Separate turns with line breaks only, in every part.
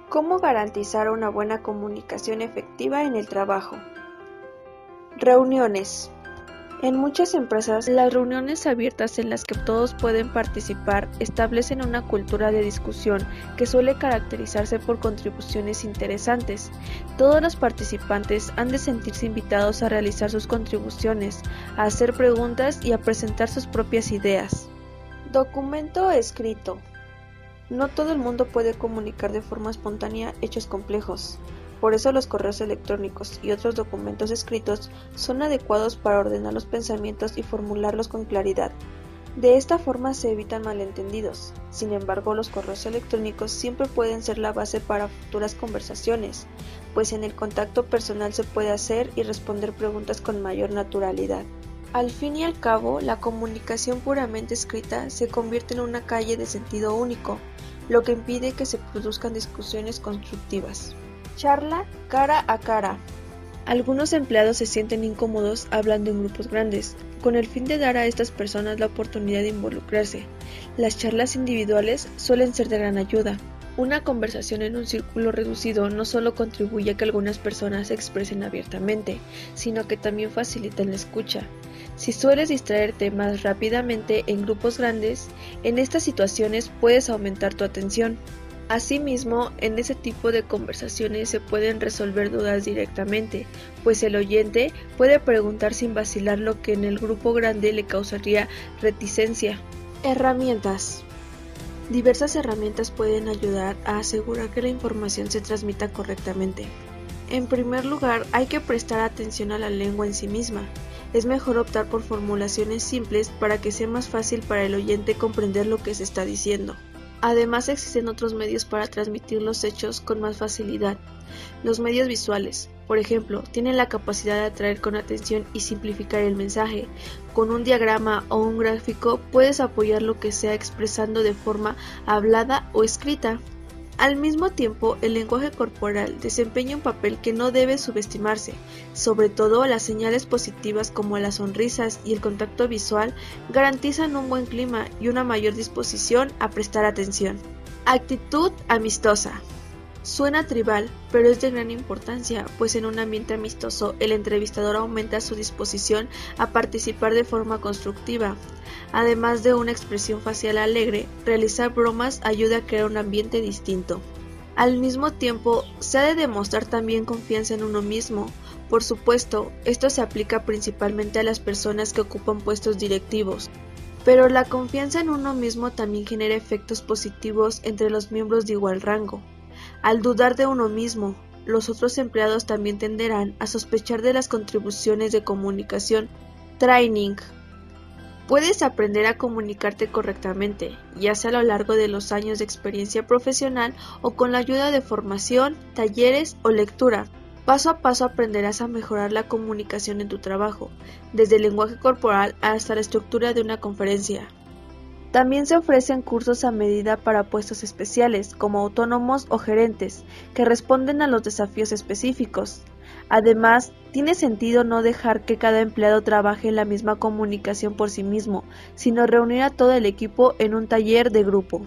¿Cómo garantizar una buena comunicación efectiva en el trabajo? Reuniones. En muchas empresas, las reuniones abiertas en las que todos pueden participar establecen una cultura de discusión que suele caracterizarse por contribuciones interesantes. Todos los participantes han de sentirse invitados a realizar sus contribuciones, a hacer preguntas y a presentar sus propias ideas. Documento escrito. No todo el mundo puede comunicar de forma espontánea hechos complejos. Por eso los correos electrónicos y otros documentos escritos son adecuados para ordenar los pensamientos y formularlos con claridad. De esta forma se evitan malentendidos. Sin embargo, los correos electrónicos siempre pueden ser la base para futuras conversaciones, pues en el contacto personal se puede hacer y responder preguntas con mayor naturalidad. Al fin y al cabo, la comunicación puramente escrita se convierte en una calle de sentido único, lo que impide que se produzcan discusiones constructivas. Charla cara a cara. Algunos empleados se sienten incómodos hablando en grupos grandes, con el fin de dar a estas personas la oportunidad de involucrarse. Las charlas individuales suelen ser de gran ayuda. Una conversación en un círculo reducido no solo contribuye a que algunas personas se expresen abiertamente, sino que también facilitan la escucha. Si sueles distraerte más rápidamente en grupos grandes, en estas situaciones puedes aumentar tu atención. Asimismo, en ese tipo de conversaciones se pueden resolver dudas directamente, pues el oyente puede preguntar sin vacilar lo que en el grupo grande le causaría reticencia. Herramientas. Diversas herramientas pueden ayudar a asegurar que la información se transmita correctamente. En primer lugar, hay que prestar atención a la lengua en sí misma. Es mejor optar por formulaciones simples para que sea más fácil para el oyente comprender lo que se está diciendo. Además, existen otros medios para transmitir los hechos con más facilidad. Los medios visuales, por ejemplo, tienen la capacidad de atraer con atención y simplificar el mensaje. Con un diagrama o un gráfico puedes apoyar lo que sea expresando de forma hablada o escrita. Al mismo tiempo, el lenguaje corporal desempeña un papel que no debe subestimarse, sobre todo las señales positivas como las sonrisas y el contacto visual garantizan un buen clima y una mayor disposición a prestar atención. Actitud amistosa. Suena tribal, pero es de gran importancia, pues en un ambiente amistoso el entrevistador aumenta su disposición a participar de forma constructiva. Además de una expresión facial alegre, realizar bromas ayuda a crear un ambiente distinto. Al mismo tiempo, se ha de demostrar también confianza en uno mismo. Por supuesto, esto se aplica principalmente a las personas que ocupan puestos directivos. Pero la confianza en uno mismo también genera efectos positivos entre los miembros de igual rango. Al dudar de uno mismo, los otros empleados también tenderán a sospechar de las contribuciones de comunicación. Training. Puedes aprender a comunicarte correctamente, ya sea a lo largo de los años de experiencia profesional o con la ayuda de formación, talleres o lectura. Paso a paso aprenderás a mejorar la comunicación en tu trabajo, desde el lenguaje corporal hasta la estructura de una conferencia. También se ofrecen cursos a medida para puestos especiales, como autónomos o gerentes, que responden a los desafíos específicos. Además, tiene sentido no dejar que cada empleado trabaje en la misma comunicación por sí mismo, sino reunir a todo el equipo en un taller de grupo.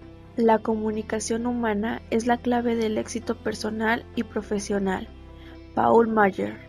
La comunicación humana es la clave del éxito personal y profesional. Paul Mayer.